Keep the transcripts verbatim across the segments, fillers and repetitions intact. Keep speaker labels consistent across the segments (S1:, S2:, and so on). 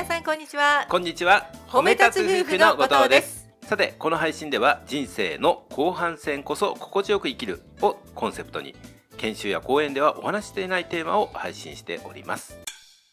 S1: 皆さんこんにちは。
S2: こんにちは。
S1: 褒め立つ夫婦の後藤です。
S2: さて、この配信では人生の後半戦こそ心地よく生きるをコンセプトに、研修や講演ではお話していないテーマを配信しております。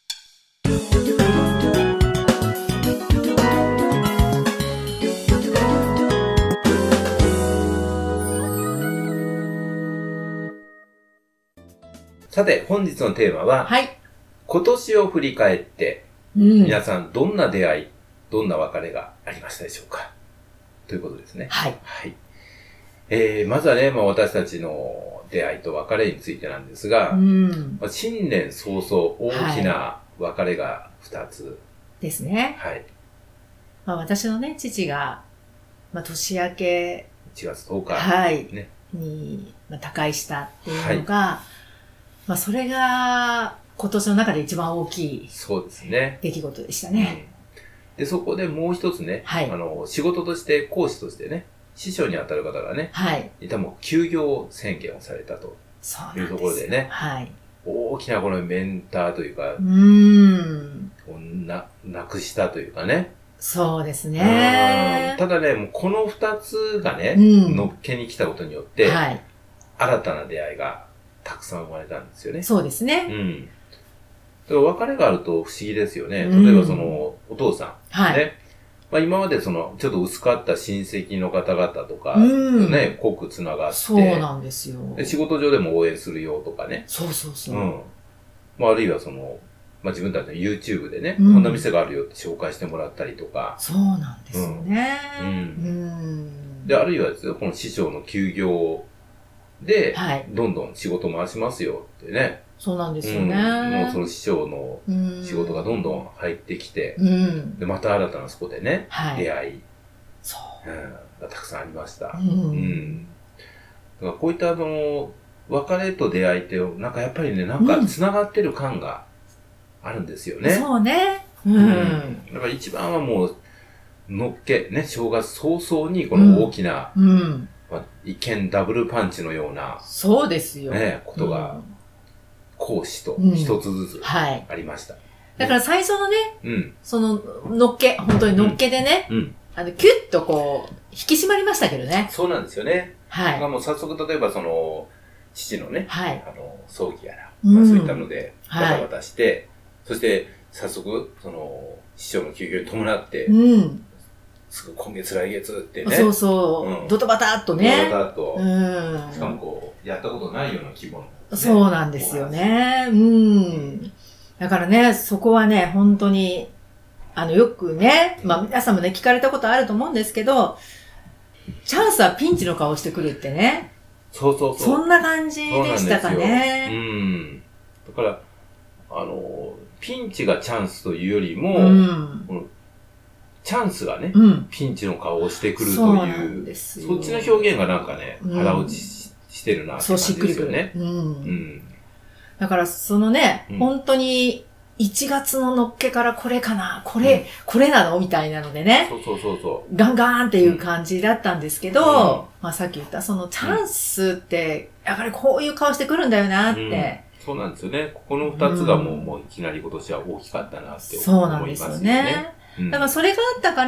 S2: さて、本日のテーマは、はい、今年を振り返って、うん、皆さんどんな出会い、どんな別れがありましたでしょうか、ということですね。
S1: はい。
S2: はい。えー、まずはね、まあ、私たちの出会いと別れについてなんですが、うんまあ、新年早々大きな別れがふたつ、はい、
S1: ですね。
S2: はい。
S1: まあ、私のね、父が、まあ、年明け
S2: いちがつとおか、
S1: はい、ね、に、まあ、他界したっていうのが、はい、まあ、それが今年の中で一番大きいそうですね出来事でしたね。
S2: うん、で、そこでもう一つね、はい、あの、仕事として、講師としてね、師匠に当たる方がね、はい。いたもう休業宣言をされたというところでね、はい。大きなこのメンターというか、うーん。な、なくしたというかね。
S1: そうですね。
S2: ただね、もうこの二つがね、うん、乗っけに来たことによって、はい。新たな出会いがたくさん生まれたんですよね。
S1: そうですね。
S2: うん。だから別れがあると不思議ですよね。例えばその、お父さん。はい。ね。まあ今までその、ちょっと薄かった親戚の方々とか、ね、濃くつながって。
S1: そうなんですよ。
S2: 仕事上でも応援するよとかね。
S1: そうそうそう。うん。
S2: まああるいはその、まあ自分たちの YouTube でね、うん、こんな店があるよって紹介してもらったりとか。
S1: そうなんですよね。うん。うん
S2: うんで、あるいはですね、この師匠の休業で、はい、どんどん仕事回しますよってね。
S1: そうなんですよね。
S2: うん、もうその師匠の仕事がどんどん入ってきて、うん、でまた新たなそこでね、はい、出会い、そう、うん、がたくさんありました。うん。うん、だからこういったあの、別れと出会いって、なんかやっぱりね、なんか繋がってる感があるんですよね。
S1: うん、そうね。うん。うん、
S2: だから一番はもう、のっけ、ね、正月早々にこの大きな、うんうんまあ、一見ダブルパンチのような、
S1: そうですよ。
S2: ね、ことが、うん講師と一つずつありました、うんはい
S1: ね。だから最初のね、うん、その、のっけ、本当にのっけでね、うんうん、あの、キュッとこう、引き締まりましたけどね。
S2: そうなんですよね。はい。もう早速例えばその、父のね、はい、あの、葬儀やら、うんまあ、そういったので、バタバタして、はい、そして早速、その、師匠の休業に伴って、うん、すぐ今月来月ってね。
S1: そうそう、うん、ドタバタっとね。
S2: ドタバタっと、うん、しかもこう、やったことないような規模の。
S1: ね、そうなんですよね。うん。だからね、そこはね、本当に、あの、よくね、まあ皆さんもね、聞かれたことあると思うんですけど、チャンスはピンチの顔してくるってね。
S2: そうそうそう。
S1: そんな感じでしたかね。
S2: うん。だから、あの、ピンチがチャンスというよりも、うん、このチャンスがね、うん、ピンチの顔をしてくるという、そうなんですよ。そっちの表現がなんかね、腹落ちして、してるなって感じですよね。
S1: そう、しっくりくる。うん。うん、だから、そのね、うん、本当に、いちがつののっけからこれかなこれ、うん、これなのみたいなのでね。
S2: そうそうそうそう。
S1: ガンガーンっていう感じだったんですけど、うん、まあさっき言ったそのチャンスって、やっぱりこういう顔してくるんだよなって。うん、
S2: そうなんですよね。この二つがもう、うん、もういきなり今年は大きかったなって思いますよね。
S1: そうなんですよね。うん、だからそれがあったから、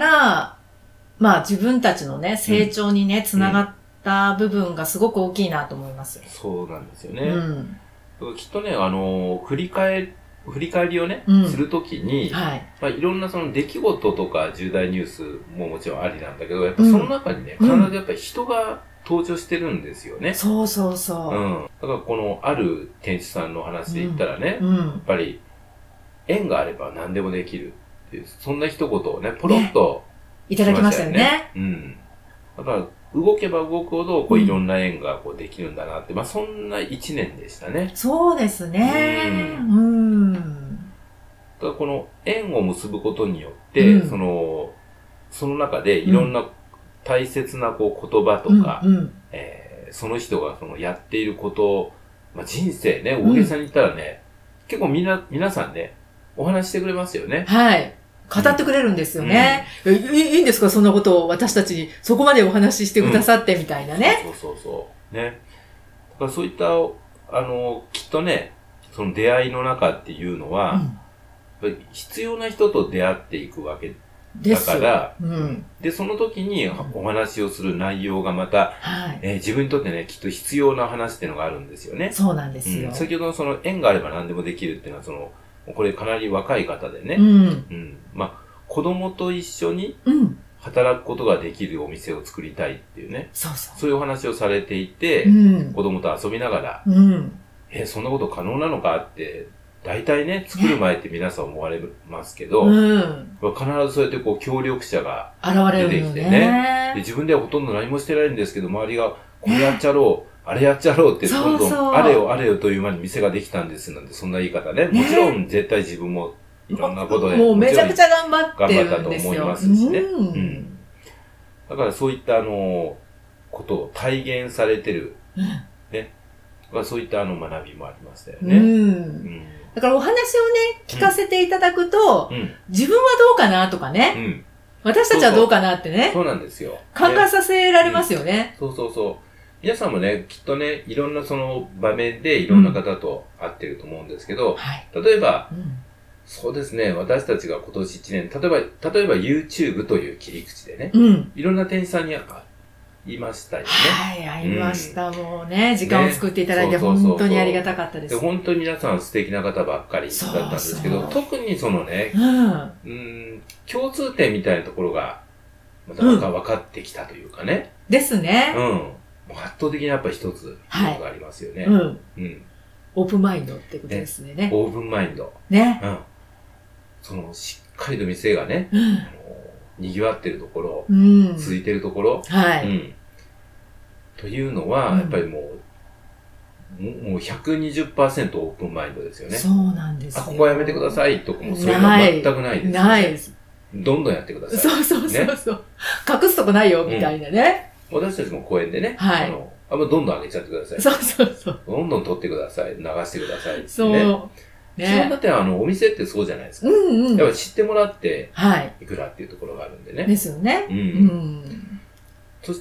S1: まあ自分たちのね、成長にね、つながって、た部分がすごく大きいなと思います。
S2: そうなんですよね。うん、きっとね、あの、振り返、振り返りをね、うん、するときに、はい。まあ、いろんなその出来事とか重大ニュースももちろんありなんだけど、やっぱその中にね、うん、必ずやっぱり人が登場してるんですよね。うん、
S1: そうそうそう。
S2: うん。だからこの、ある店主さんの話で言ったらね、うん、やっぱり、縁があれば何でもできるっていう、そんな一言をね、ポロッと、
S1: ね、いただきましたよね。
S2: うん。だから、動けば動くほど、こう、いろんな縁がこうできるんだなって、うん、まあ、そんな一年でしたね。
S1: そうですね。うん。うん、だ
S2: からこの縁を結ぶことによって、うん、その、その中でいろんな大切なこう言葉とか、うんうん、えー、その人がそのやっていることを、まあ、人生ね、大げさに言ったらね、うん、結構みんな、皆さんね、お話してくれますよね。
S1: はい。語ってくれるんですよね。うん、い, いいんですかそんなことを私たちにそこまでお話ししてくださってみたいなね。
S2: うん、そうそうそうね。だからそういった、あの、きっとね、その出会いの中っていうのは、うん、 必要な人と出会っていくわけだから、
S1: うん、
S2: で、その時にお話をする内容がまた、はいえー、自分にとってね、きっと必要な話っていうのがあるんですよね。
S1: そうなんですよ。うん、
S2: 先ほどのその縁があれば何でもできるっていうのは、その、これかなり若い方でね、
S1: うん。うん、
S2: まあ、子供と一緒に働くことができるお店を作りたいっていうね、
S1: そうそう。
S2: そういうお話をされていて、
S1: うん、
S2: 子供と遊びながら、
S1: うん、
S2: えー、そんなこと可能なのかって、大体ね、作る前って皆さん思われますけど、
S1: うん、
S2: 必ずそうやってこう協力者が
S1: 現れてきてね
S2: で。自分ではほとんど何もしてないんですけど、周りがこれやっちゃろう、あれやっちゃろうって、どんどん、そうそうあれよあれよという間に店ができたんですなんて、そんな言い方ね。もちろん絶対自分もいろんなことで。
S1: もうめちゃくちゃ頑張ってるんですよ。
S2: 頑張ったと思いますしね。うんうん、だからそういったあの、ことを体現されてる。ね。そういったあの学びもありましたよね。
S1: うんうんだからお話をね、聞かせていただくと、うん、自分はどうかなとかね、うん、私たちはどうかなってね、
S2: そうなんですよ。
S1: 考えさせられますよね、
S2: うん。そうそうそう。皆さんもね、きっとね、いろんなその場面でいろんな方と会ってると思うんですけど、うんはい、例えば、うん、そうですね、私たちが今年いちねん、例えば、例えば YouTube という切り口でね、うん、いろんな店員さんにいましたよね。
S1: はい、会いました。うん、もうね、時間を作っていただいて、ね、本当にありがたかったです。
S2: で本当に皆さん素敵な方ばっかりだったんですけど、そうそう特にそのね、うん、うん共通点みたいなところが、またなんか分かってきたというかね。
S1: うん、ですね。
S2: うん。圧倒的にやっぱ一つ、はい、がありますよね。
S1: うん。うん。オープンマインドってことですね。ね
S2: オープンマインド。
S1: ね。
S2: うん。その、しっかりと店がね、うん、あの賑わってるところ、うん、続いてるところ、
S1: はい。
S2: うん。というのは、やっぱりもう、うん、もう ひゃくにじゅっパーセント オープンマインドですよね。
S1: そうなんですよ。
S2: あ、ここはやめてくださいとかも、そういうのは全くないです、ね。
S1: ないです。
S2: どんどんやってください。
S1: そうそうそうそう、ね。隠すとこないよ、みたいなね、
S2: うん。私たちも公園でね、
S1: はい。
S2: あの、あどんどん上げちゃってください。
S1: そうそうそう。
S2: どんどん取ってください。流してくださいってね。
S1: そう。
S2: ね。基本だってあの、お店ってそうじゃないですか。うんうん。やっぱり知ってもらって、はい。いくらっていうところがあるんでね。
S1: ですよね。
S2: うん。うん、そして、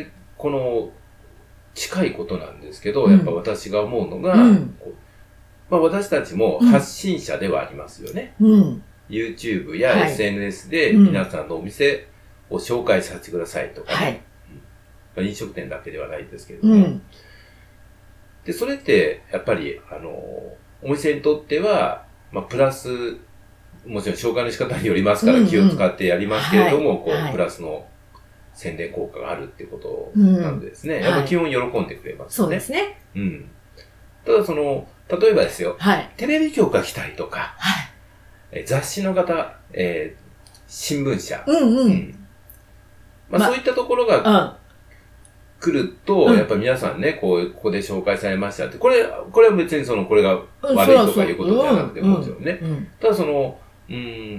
S2: この、近いことなんですけど、やっぱ私が思うのが、うん、まあ私たちも発信者ではありますよね。うん、YouTube や エスエヌエス で皆さんのお店を紹介させてくださいとかね。はい、まあ、飲食店だけではないですけれども、うん。で、それってやっぱり、あの、お店にとっては、まあプラス、もちろん紹介の仕方によりますから気を使ってやりますけれども、うんうん、こう、はい、プラスの宣伝効果があるっていうことなんでですね。うん、やっぱ基本喜んでくれますね、はい。そうですね。うん。ただその、例えばですよ。はい。テレビ局が来たりとか、はい。え雑誌の方、えー、新聞社。うんうん。うん、まあ、まそういったところが、来ると、うん、やっぱ皆さんね、こう、ここで紹介されましたって。これ、これは別にその、これが悪いとかいうことじゃなくて、もちろんね。ただその、うん、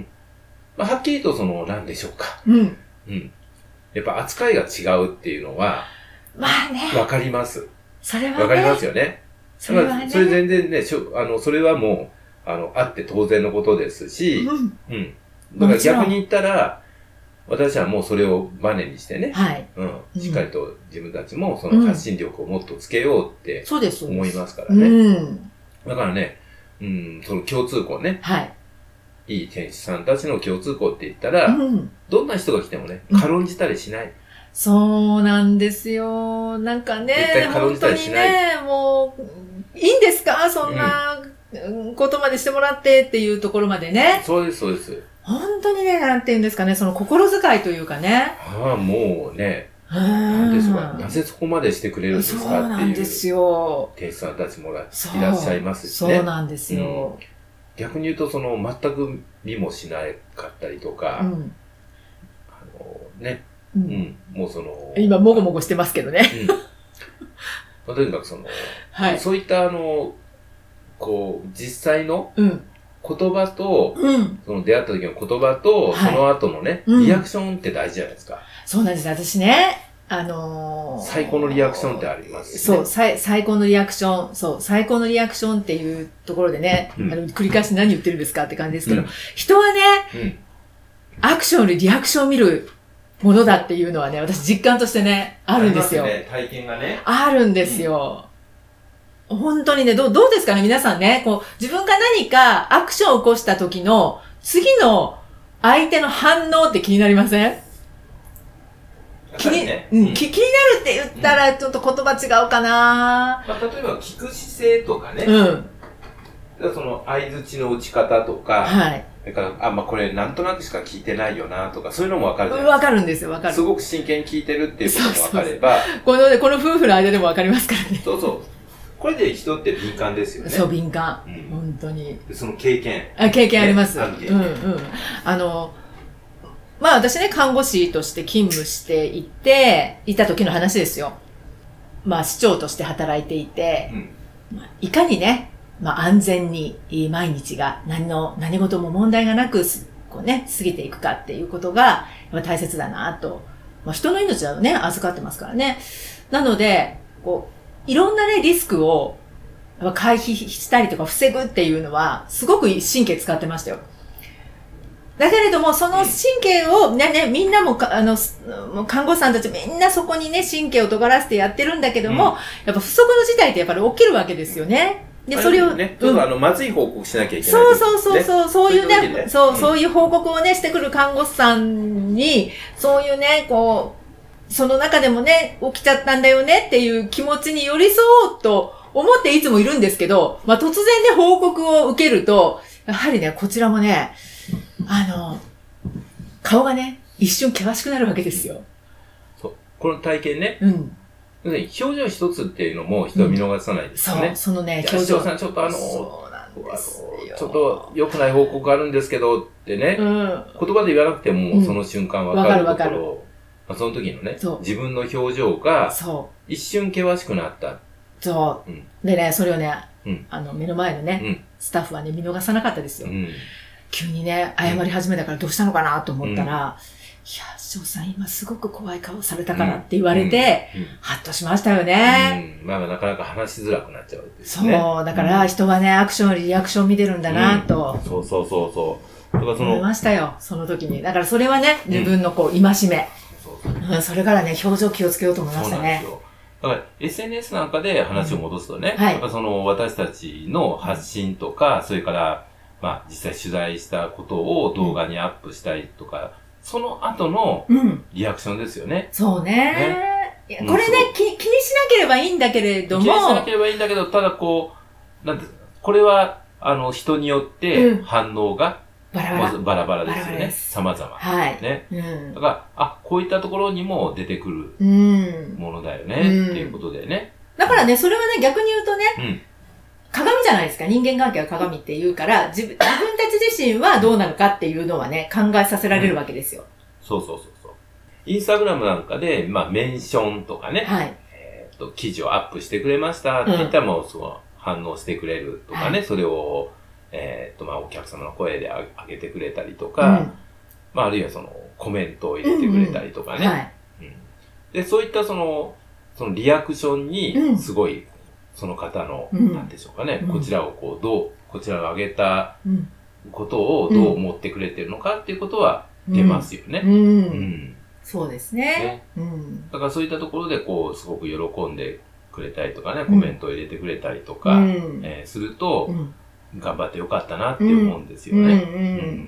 S2: まあ、はっきりとその、なんでしょうか。うん。うん。やっぱ扱いが違うっていうのは、
S1: まあね。
S2: わかります。
S1: それはね。
S2: わかりますよね。
S1: それはね。
S2: それ全然ね、しょあの、それはもう、あの、あって当然のことですし、うん。うん。だから逆に言ったら、私はもうそれをバネにしてね。はい。うん。しっかりと自分たちもその発信力をもっとつけようって思いますからね。うん。だからね、うん、その共通項ね。はい。いい店主さんたちの共通項って言ったら、うん、どんな人が来てもね、軽んじたりしない。うん、
S1: そうなんですよ。なんかね、絶対軽んじたりしない。ね、もう、いいんですかそんなことまでしてもらってっていうところまでね。
S2: うん、そうです、そうです。
S1: 本当にね、なんて言うんですかね、その心遣いというかね。
S2: ああ、もうね、なんですか、なぜそこまでしてくれるんですかっていう。そうなんですよ。店主さんたちもいらっしゃいますしね。
S1: そうなんですよ。うん
S2: 逆に言うと、その、全く見もしなかったりとか、うん、あの、ね、うん、うん、もうその、
S1: 今、もごもごしてますけどね。
S2: うん、とにかくその、はい、そういったあの、こう、実際の言葉と、うん、その出会った時の言葉と、はい、その後のね、リアクションって大事じゃないですか。
S1: そうなんです。私ね、あのー、
S2: 最高のリアクションってありますね。
S1: そう、最、最高のリアクション。そう、最高のリアクションっていうところでね、うん、あの繰り返し何言ってるんですかって感じですけど、うん、人はね、うん、アクションよりリアクションを見るものだっていうのはね、私実感としてね、あるんですよ。
S2: ありますね、体験がね。
S1: あるんですよ。 本当にね、どう、どうですかね、皆さんね。こう、自分が何かアクションを起こした時の、次の相手の反応って気になりません？気に、ね、うん、気、気になるって言ったら、ちょっと言葉違うかな、
S2: うん、まあ、例えば、聞く姿勢とかね。うん。その、相槌の打ち方とか。はい。だから、あ、まあ、これ、なんとなくしか聞いてないよな、とか、そういうのもわかるじゃないですか。
S1: わかるんですよ、わかる。
S2: すごく真剣に聞いてるっていうこともわかれば。
S1: そうそうそうこの、この夫婦の間でもわかりますからね。
S2: そうそう。これで人って敏感ですよね。
S1: そう、敏感。うん、本当に。
S2: その経験。
S1: あ、経験あります。ね、うんうん。あの、まあ私ね、看護師として勤務していて、いた時の話ですよ。まあ市長として働いていて、うんまあ、いかにね、まあ安全に毎日が何の、何事も問題がなく、こうね、過ぎていくかっていうことが大切だなと。まあ人の命はね、預かってますからね。なので、こう、いろんなね、リスクを回避したりとか防ぐっていうのは、すごく神経使ってましたよ。だけれども、その神経を、ね、ね、みんなもか、あの、看護師さんたちみんなそこにね、神経を尖らせてやってるんだけども、うん、やっぱ不測の事態ってやっぱり起きるわけですよね。で、それを。
S2: ね、ちょっとあの、まずい報告しなきゃいけない、
S1: ね。そうそうそうそう、そういうね、そう、そういう報告をね、してくる看護師さんに、そういうね、こう、その中でもね、起きちゃったんだよねっていう気持ちに寄り添おうと思っていつもいるんですけど、まあ突然ね、報告を受けると、やはりね、こちらもね、あの、顔がね、一瞬険しくなるわけですよ。
S2: そう。この体験ね。うん。表情一つっていうのも人は見逃さないですよね。
S1: うん、そう、そのね、
S2: 表情さんちょっとあの、そうなんですよ。ちょっと良くない報告あるんですけどってね、うん、言葉で言わなくてもその瞬間わかるところ、うんまあ、その時のね、自分の表情が、一瞬険しくなった。
S1: そう。うん、でね、それをね、うん、あの、目の前のね、うん、スタッフはね、見逃さなかったですよ。うん、急にね、謝り始めたからどうしたのかなと思ったら、うん、いや、師匠さん今すごく怖い顔されたからって言われて、うんうん、ハッとしましたよね。
S2: うん、まあなかなか話しづらくなっちゃうわけですね。
S1: そう、だから人はね、アクションよりリアクション見てるんだなと、
S2: そうそうそうそう。
S1: だからその思いましたよ、その時に。だからそれはね、自分のこう、戒め。うん、それからね、表情気をつけようと思いましたね。そうなんですよ。
S2: だから エスエヌエス なんかで話を戻すとね、うんはい、やっぱその私たちの発信とか、それからまあ実際取材したことを動画にアップしたりとか、うん、その後のリアクションですよね。
S1: うん、そうね。ねこれね、気、気にしなければいいんだけれども。気
S2: にしなければいいんだけど、ただこう、なんて、これはあの人によって反応が、うんバラバラ。バラバラですよね。様々。はい。ね。うん。だから、あ、こういったところにも出てくるものだよね、うん、っていうことでね。
S1: だからね、それはね、逆に言うとね、うん、鏡じゃないですか。人間関係は鏡って言うから、自分、自分たち自身はどうなのかっていうのはね、考えさせられるわけですよ。
S2: うん、そうそうそうそう。インスタグラムなんかで、まあ、メンションとかね、はい。えっと、記事をアップしてくれましたって言ったらもう、その、反応してくれるとかね、はい、それを、えっと、まあ、お客様の声であげてくれたりとか、うん、まあ、あるいはその、コメントを入れてくれたりとかね。うんうんはいうん、で、そういったその、そのリアクションに、すごい、その方の、うん、なんでしょうかね、うん、こちらをこう、どう、こちらが上げたことをどう思ってくれてるのかっていうことは出ますよね。うん。うんうん、
S1: そうですね。ねうん。
S2: だからそういったところで、こう、すごく喜んでくれたりとかね、コメントを入れてくれたりとか、うんえー、すると、うん頑張ってよかったなって思うんですよね。うんうんうん、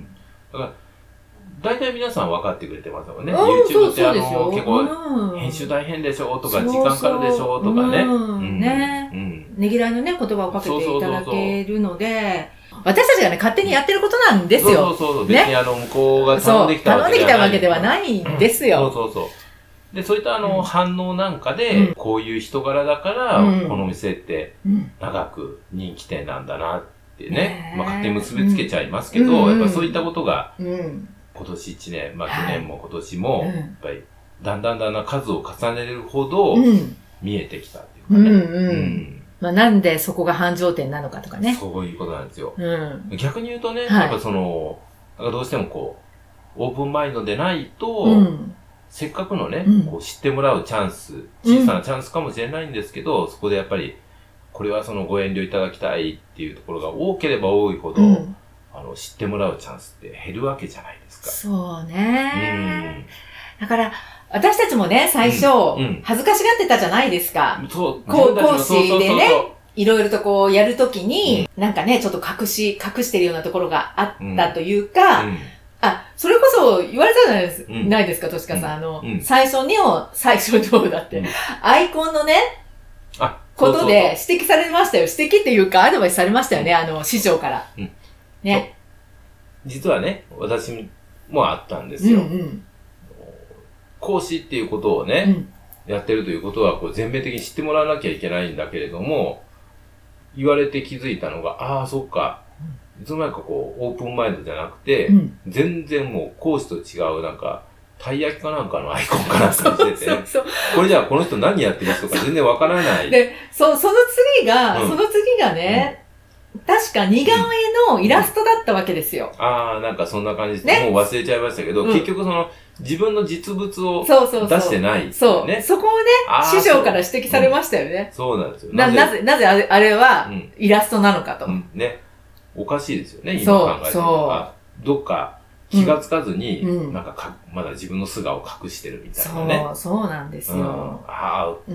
S2: だから大体皆さん分かってくれてますよね。YouTube ってあの結構編集大変でしょとか時間かかるでしょとかね。
S1: ね、うん、ねぎらいのね言葉をかけていただけるので、私たちがね勝手にやってることなんですよ。
S2: そうそうそう。別にあの向こうが頼んできた
S1: わけではない。頼んできたわけではないんですよ。
S2: うん、そうそうそう。で、そういったあの、うん、反応なんかで、うん、こういう人柄だから、うん、この店って長く人気店なんだなって。ね、まあ勝手に結びつけちゃいますけど、うん、やっぱそういったことが、うん、今年いちねん、まあ去年も今年も、やっぱりだんだんだんだん数を重ねるほど見えてきたっていうかね。うんうんうん、
S1: まあなんでそこが繁盛店なのかとかね。
S2: そういうことなんですよ。うん、逆に言うとね、はい、やっぱその、なんかどうしてもこう、オープンマインドでないと、うん、せっかくのね、うん、こう知ってもらうチャンス、小さなチャンスかもしれないんですけど、うん、そこでやっぱり、これはそのご遠慮いただきたいっていうところが多ければ多いほど、うん、あの知ってもらうチャンスって減るわけじゃないですか。
S1: そうね、うん。だから私たちもね最初、うんうん、恥ずかしがってたじゃないですか。そう講師でねいろいろとこうやるときに、うん、なんかね、ちょっと隠し、隠してるようなところがあったというか、うんうん、あ、それこそ言われたじゃないです、うん、ないですか、としかさん。あの、うん、最初にを、最初にどうだって、うん、アイコンのね、あことで指摘されましたよ。指摘っていうか、アドバイスされましたよね、あの、師匠から。うん、ね。
S2: 実はね、私もあったんですよ。うんうん、講師っていうことをね、うんやってるということは、こう全面的に知ってもらわなきゃいけないんだけれども、言われて気づいたのが、ああ、そっか。いつの間にかこう、オープンマインドじゃなくて、うん、全然もう講師と違う、なんか、たい焼きかなんかのアイコンかなんかにしてて、そうそうこれじゃあこの人何やってる人か全然わからない。
S1: で、そ、その次が、うん、その次がね、うん、確か似顔絵のイラストだったわけですよ。
S2: うん、ああ、なんかそんな感じですね。もう忘れちゃいましたけど、うん、結局その、自分の実物を出してない、ね。
S1: そうそうそう。そこをね、師匠から指摘されましたよね。
S2: うん、そうなんですよ。
S1: な、なぜ、なぜあれあれはイラストなのかと。うん、
S2: ね。おかしいですよね、今考えてるのが。どっか気がつかずに、うん、なんかか、まだ自分の素顔を隠してるみたいなね。
S1: そう、そうなんですよ。うん、
S2: ああ、うん、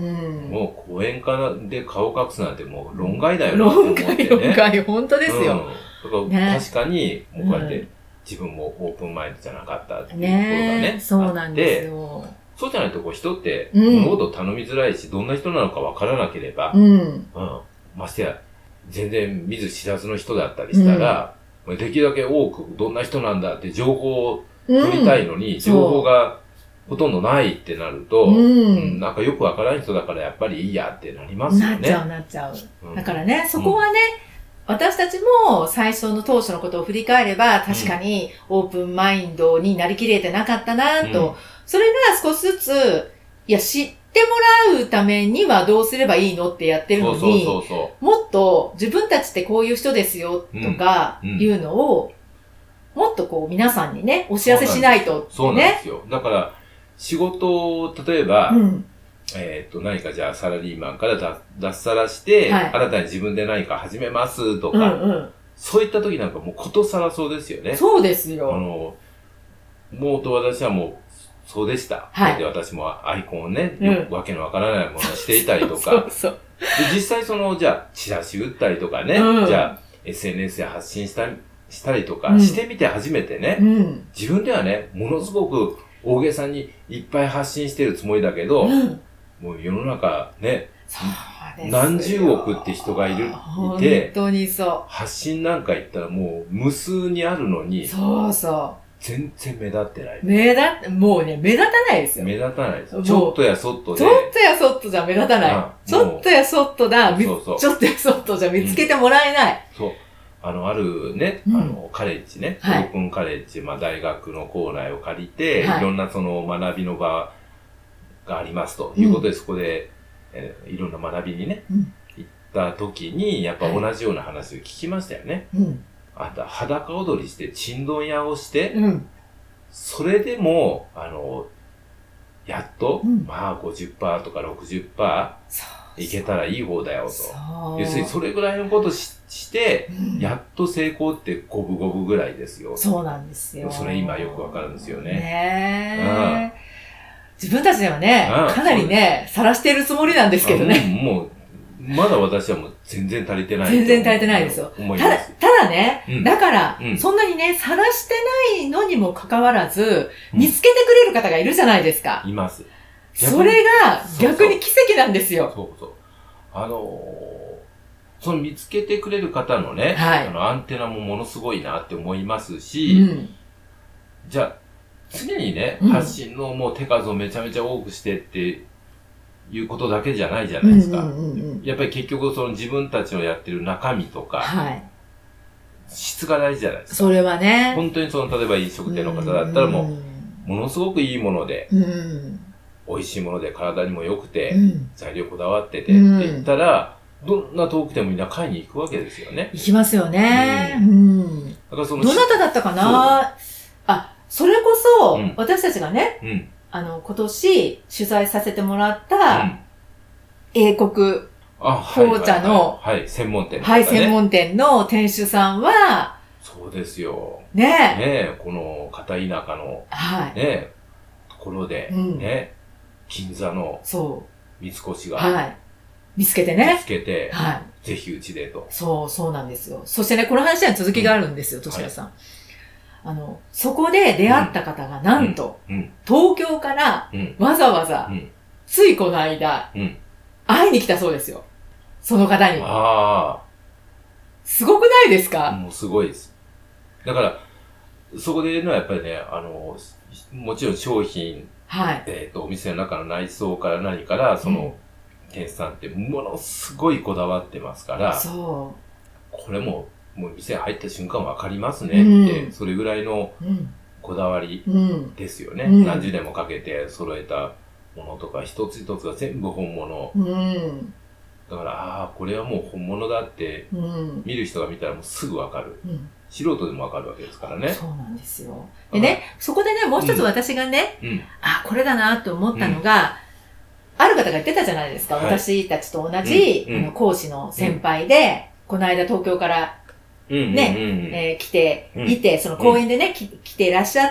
S2: もう講演家で顔隠すなんてもう論外だよなって思ってね。
S1: 論外、論外、本当ですよ。
S2: うん、だから確かに、もうこうやって、うん自分もオープンマインドじゃなかったっていうことがね。
S1: ねそうなんですよ。
S2: そうじゃないとこう人って物事を頼みづらいし、うん、どんな人なのかわからなければ、うんうん、ましてや全然見ず知らずの人だったりしたら、うん、できるだけ多くどんな人なんだって情報を取りたいのに、うん、情報がほとんどないってなると、うんうん、なんかよくわからない人だからやっぱりいいやってなりますよね。
S1: なっちゃうなっちゃう。うん、だからね、そこはね、うん私たちも最初の当初のことを振り返れば確かにオープンマインドになりきれてなかったなと、うん、それが少しずつ、いや知ってもらうためにはどうすればいいのってやってるのに、そうそうそうそうもっと自分たちってこういう人ですよとかいうのを、もっとこう皆さんにね、お知らせしないとってね。
S2: そうなんですよ。だから仕事を例えば、うんえっと、何かじゃあサラリーマンから脱脱サラして、はい、新たに自分で何か始めますとか、うんうん、そういった時なんかもうことさらそうですよね。
S1: そうですよ。
S2: あの、もうと私はもう、そうでした。はい。で、私もアイコンをね、うん、わけのわからないものをしていたりとか、そうそうで実際その、じゃあ、チラシ打ったりとかね、うん、じゃあ、エスエヌエス で発信したしたりとかしてみて初めてね、うん、自分ではね、ものすごく大げさにいっぱい発信してるつもりだけど、うんもう世の中ね、何十億って人がいる、いて、
S1: 本当にそう。
S2: 発信なんか言ったらもう無数にあるのに、
S1: そうそう。
S2: 全然目立ってない。
S1: 目立って、もうね、目立たないですよ。
S2: 目立たないです。ちょっとやそっとで。
S1: ちょっとやそっとじゃ目立たない。ちょっとやそっとだ、そうそうちょっとやそっとじゃ見つけてもらえない。
S2: うん、そう。あの、あるね、うん、あの、カレッジね、はい、オープンカレッジ、まあ大学の校内を借りて、はい、いろんなその学びの場、がありますということで、うん、そこで、えー、いろんな学びにね、うん、行った時に、やっぱ同じような話を聞きましたよね。はい、あんた裸踊りして、ちんどん屋をして、うん、それでも、あの、やっと、うん、まあ ごじゅっパーセント とか ろくじゅっパーセント いけたらいい方だよと。要するにそれぐらいのこと し, して、うん、やっと成功って五分五分ぐらいですよ。
S1: そうなんですよ。
S2: それ今よくわかるんですよね。
S1: ねー。自分たちではね、かなりね、晒してるつもりなんですけどね。
S2: もう、まだ私はもう全然足りてない。
S1: 全然足りてないですよ。ただ、ただね、うん、だから、うん、そんなにね、晒してないのにもかかわらず、うん、見つけてくれる方がいるじゃないですか。
S2: います。
S1: それが逆に奇跡なんですよ。
S2: そうそう。あのー、その見つけてくれる方のね、はい、あのアンテナもものすごいなって思いますし、うん、じゃあ、常にね、うん、発信のもう手数をめちゃめちゃ多くしてっていうことだけじゃないじゃないですか。やっぱり結局その自分たちのやってる中身とか、はい、質が大事じゃないですか。
S1: それはね。
S2: 本当にその、例えば飲食店の方だったらもう、ものすごくいいもので、うん、美味しいもので体にも良くて、うん、材料こだわっててって言ったら、どんな遠くてもみんな買いに行くわけですよね。
S1: 行きますよね。うん。だからそのどなただったかなあ、それこそ、うん、私たちがね、うん、あの、今年取材させてもらった、うん、英国紅茶の、
S2: はい、はいはい、専門店、
S1: ね。はい、専門店の店主さんは、
S2: そうですよ。
S1: ねえ。
S2: ねえ、この片田舎の、はい、ねえ、ところで、うん、ね、銀座の、そう。三越が、はい。
S1: 見つけてね。
S2: 見つけて、
S1: はい。
S2: ぜひうちでと。
S1: そう、そうなんですよ。そしてね、この話には続きがあるんですよ、としやさん。はい、あの、そこで出会った方がなんと、うんうん、東京からわざわざ、うん、ついこの間、うん、会いに来たそうですよ。その方に。ああ。すごくないですか？
S2: もうすごいです。だから、そこで言うのはやっぱりね、あの、もちろん商品、はい。えっと、お店の中の内装から何から、その、うん、店主さんってものすごいこだわってますから、そう。これも、もう店入った瞬間わかりますねって、うん、それぐらいのこだわりですよね。うん、何十年もかけて揃えたものとか、一つ一つが全部本物。うん、だから、ああ、これはもう本物だって、見る人が見たらもうすぐわかる。うん、素人でもわかるわけですからね。
S1: そうなんですよ。でね、そこでね、もう一つ私がね、うん、あ、これだなと思ったのが、うん、ある方が言ってたじゃないですか。はい、私たちと同じ、うん、あの講師の先輩で、この間東京からね、来ていて、その公園でね、来ていらっしゃって、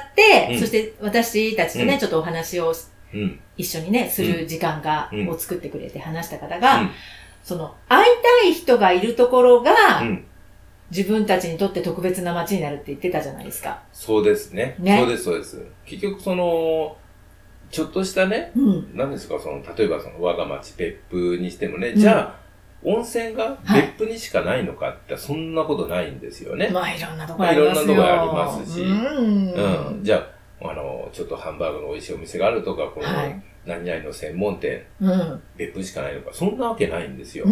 S1: そして私たちとね、ちょっとお話を一緒にね、する時間が、を作ってくれて話した方が、その、会いたい人がいるところが、自分たちにとって特別な街になるって言ってたじゃないですか。
S2: そうですね。ね。そうです、そうです。結局その、ちょっとしたね、うん、何ですか、その、例えばその、我が町別府にしてもね、うん、じゃあ、温泉が別府にしかないのかって、はい、そんなことないんですよね。
S1: まあ、いろんなところありますよ。
S2: まあ、いろんなところありますし、うん、うん。じゃあ、あの、ちょっとハンバーグの美味しいお店があるとか、この、はい、何々の専門店、うん、別府しかないのか、そんなわけないんですよ。うん。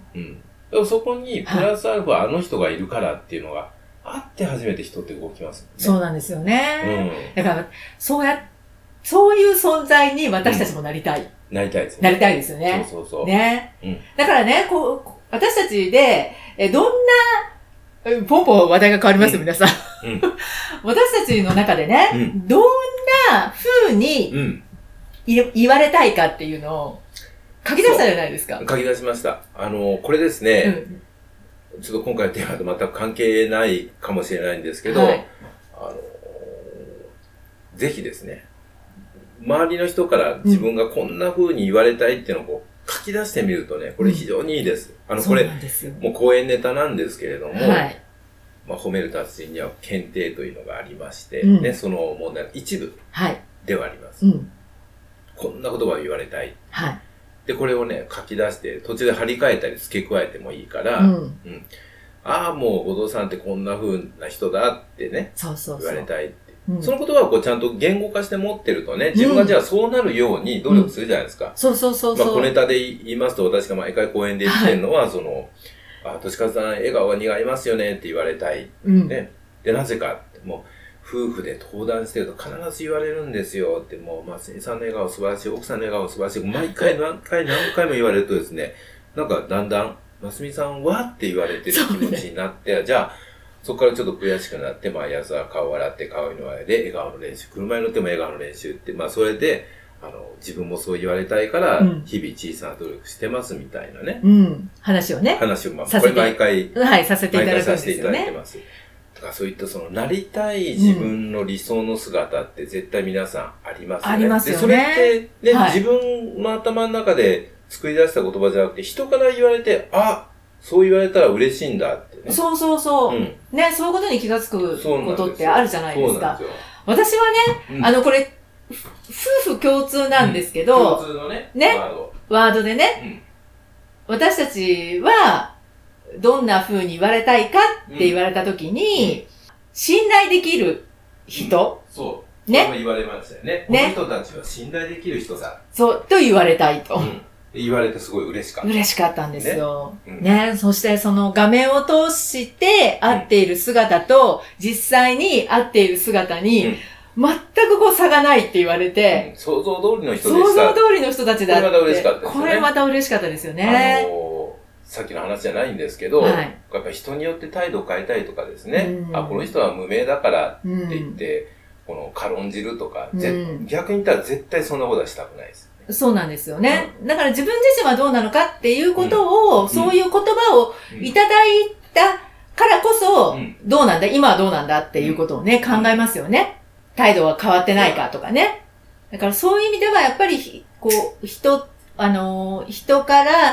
S2: うん。でもそこに、プラスアルファ、あの人がいるからっていうのがあって初めて人って動きます、ね。
S1: そうなんですよね。うん。だから、そうや、そういう存在に私たちもなりたい。
S2: うん、なりたいですね。
S1: なりたいですよね。
S2: そうそうそう。
S1: ね。うん。だからね、こう、私たちで、え、どんな、ポンポン話題が変わりますよ、うん、皆さん。うん、私たちの中でね、うん、どんな風に、うん言われたいかっていうのを書き出したじゃないですか。
S2: 書き出しました。あの、これですね、うん、ちょっと今回のテーマと全く関係ないかもしれないんですけど、はい、あの、ぜひですね、周りの人から自分がこんな風に言われたいっていうのをこう書き出してみるとね、これ非常にいいです。うん、あの、これ、もう講演ネタなんですけれども、はい、まあ、褒める達人には検定というのがありまして、うん、ね、その問題の一部ではあります。はい、うんこんな言葉を言われたい。はい。で、これをね、書き出して、途中で張り替えたり付け加えてもいいから、うん。うん、ああ、もう、後藤さんってこんな風な人だってね、そうそうそう言われたいって。うん、その言葉をこうちゃんと言語化して持ってるとね、自分がじゃあそうなるように努力するじゃないですか。うん、
S1: そうそうそうそう。
S2: まあ、小ネタで言いますと、私が毎回講演で言ってるのは、はい、その、あ、としかずさん笑顔が似合いますよねって言われたい。うん、ね。で、なぜかって、もう、夫婦で登壇してると必ず言われるんですよって、もう、ますみさんの笑顔素晴らしい、奥さんの笑顔素晴らしい、毎回何回何回も言われるとですね、なんかだんだん、ますみさんはって言われてる気持ちになって、ね、じゃあ、そこからちょっと悔しくなって、毎朝顔を洗って顔色のあれで笑顔の練習、車に乗っても笑顔の練習って、まあそれで、あの、自分もそう言われたいから、日々小さな努力してますみたいなね。
S1: うん。話をね。
S2: 話を、まあ、これ毎回、
S1: はい、させていただくんですよね。
S2: 毎回させていただいてます。だからそういったその、なりたい自分の理想の姿って絶対皆さんありますよね。
S1: ありますよね。
S2: で、それってね、はい、自分の頭の中で作り出した言葉じゃなくて、人から言われて、あ、そう言われたら嬉しいんだってね。
S1: そうそうそう。うん、ね、そういうことに気がつくことってあるじゃないですか。そうなんですよ。私はね、うん、あの、これ、夫婦共通なんですけど、
S2: うん、共通のね、
S1: ね、ワード。ワードでね、うん、私たちは、どんな風に言われたいかって言われたときに、うん、信頼できる人、
S2: うん、そう。ね。そう言われましたよね。ね。この人たちは信頼できる人だ。
S1: そう、と言われたいと。うん、
S2: 言われてすごい嬉しかった。
S1: 嬉しかったんですよ。ね。うん、ね。そしてその画面を通して会っている姿と、うん、実際に会っている姿に、うん全くこう差がないって言われて、
S2: うん、想像通りの人でした。
S1: 想像通りの人たちだって。
S2: これまた嬉しかったですね。
S1: これまた嬉しかったですよね。
S2: あのー、さっきの話じゃないんですけど、はい、やっぱり人によって態度を変えたいとかですね、うん、あ、この人は無名だからって言って、うん、この軽んじるとか、うん、逆に言ったら絶対そんなことはしたくないです、
S1: ね。そうなんですよね、うん。だから自分自身はどうなのかっていうことを、うん、そういう言葉をいただいたからこそ、うん、どうなんだ、今はどうなんだっていうことをね、考えますよね。態度は変わってないかとかね。だからそういう意味ではやっぱり、こう、人、あの、人から、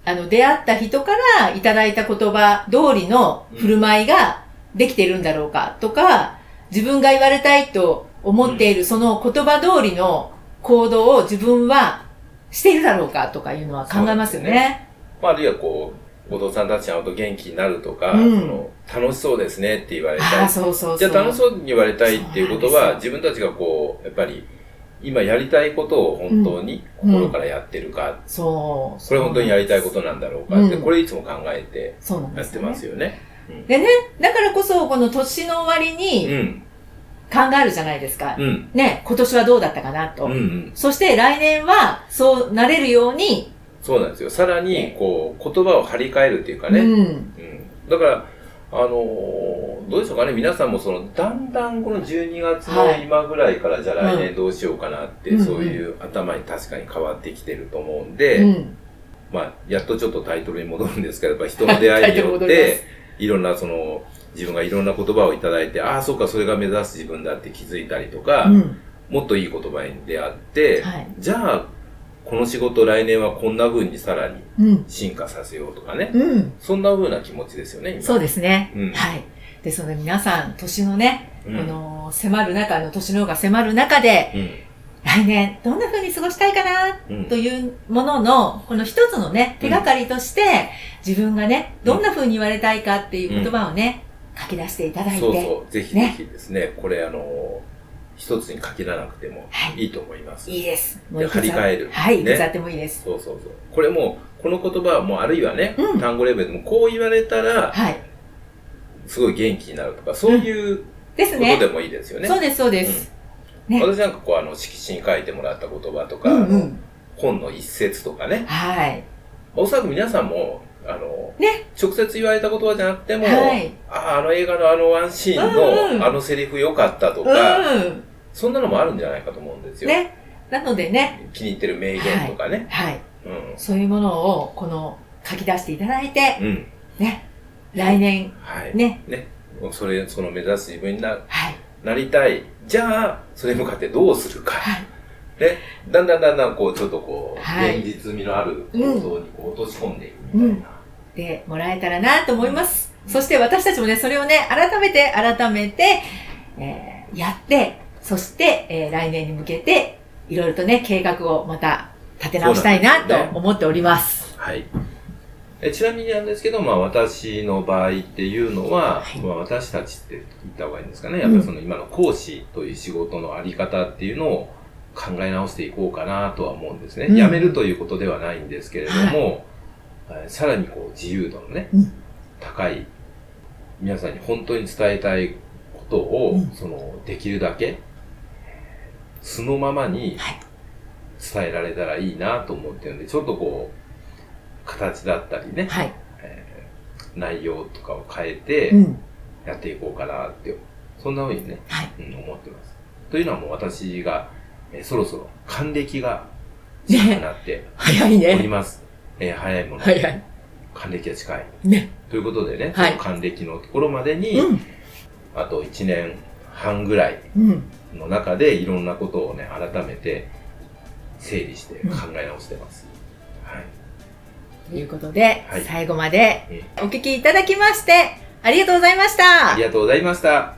S1: あの、出会った人からいただいた言葉通りの振る舞いができているんだろうかとか、自分が言われたいと思っているその言葉通りの行動を自分はしているだろうかとかいうのは考えますよね。ね、
S2: まあ、あるいはこう、後藤さんたちに会うと元気になるとか、うん、その楽しそうですねって言われたい。
S1: そうそうそう。
S2: じゃあ楽しそうに言われたいっていうことは、自分たちがこう、やっぱり、今やりたいことを本当に心からやってるか、うんうん、そう。これ本当にやりたいことなんだろうかって、うん、これいつも考えてやってますよね。
S1: で, ねうん、でね、だからこそこの年の終わりに考えるじゃないですか。うん、ね、今年はどうだったかなと、うんうん。そして来年はそうなれるように。
S2: そうなんですよ。さらに、こう、言葉を張り替えるっていうかね。うんうん、だから、あのー、どうでしょうかね。皆さんもその、だんだんこのじゅうにがつの今ぐらいから、はい、じゃあ来年どうしようかなって、うん、そういう頭に確かに変わってきてると思うんで、うん、まあ、やっとちょっとタイトルに戻るんですけど、やっぱ人の出会いによって、いろんなその、自分がいろんな言葉をいただいて、ああ、そうか、それが目指す自分だって気づいたりとか、うん、もっといい言葉に出会って、はい、じゃあ、この仕事来年はこんな風にさらに進化させようとかね。うん、そんな風な気持ちですよね、今。
S1: そうですね。うん、はい。ですので皆さん、年のね、うん、この迫る中の年の方が迫る中で、うん、来年どんな風に過ごしたいかなというものの、この一つのね、手がかりとして、自分がね、どんな風に言われたいかっていう言葉をね、書き出していただいて。
S2: そうそう、ぜひぜひですね、これあの、一つに限らなくてもいいと思います。
S1: はい、いいです。
S2: もう張り替える。
S1: はい、いくつあってもいいです。
S2: そうそうそう。これも、この言葉はもうあるいはね、うん、単語レベルでもこう言われたら、はい、すごい元気になるとか、そういうことでもいいですよね。
S1: そうです、そうです。
S2: うんね、私なんかこう、あの、色紙に書いてもらった言葉とか、うんうん、本の一節とかね。はい。おそらく皆さんも、あの、ね、直接言われた言葉じゃなくても、はい、ああ、あの映画のあのワンシーンの、うんうん、あのセリフ良かったとか、うん、そんなのもあるんじゃないかと思うんですよ。
S1: ね。なのでね。
S2: 気に入ってる名言とかね。
S1: はい。はい、うん、そういうものを、この、書き出していただいて、うん、ね。来年、はい、ね。
S2: ね。それ、その目指す自分にな、はい、なりたい。じゃあ、それに向かってどうするか。はい、ね。だんだんだんだん、こう、ちょっとこう、はい、現実味のある行動にこう落とし込んでいくみたいな。うん
S1: でもらえたらなと思います。うん、そして私たちもね、それをね、改めて、改めて、えー、やって、そして、えー、来年に向けて、いろいろとね、計画をまた立て直したいなと思っております。
S2: はい。えちなみになんですけど、まあ私の場合っていうのは、はい、まあ私たちって言った方がいいんですかね。やっぱりその今の講師という仕事のあり方っていうのを考え直していこうかなとは思うんですね。うん、やめるということではないんですけれども、はいさらにこう自由度のね、うん、高い、皆さんに本当に伝えたいことを、うん、その、できるだけ、素のままに伝えられたらいいなと思ってるので、ちょっとこう、形だったりね、はいえー、内容とかを変えて、やっていこうかなって、そんな風にね、はいうん、思ってます。というのはもう私が、えー、そろそろ還暦が近くなっております。ねえー、早いもの。はいはい。還暦が近い。ね。ということでね、はい、還暦のところまでに、うん、あといちねんはんぐらいの中でいろんなことをね、改めて整理して考え直してます。うん、はい。
S1: ということで、はい、最後までお聞きいただきまして、ありがとうございました。
S2: ありがとうございました。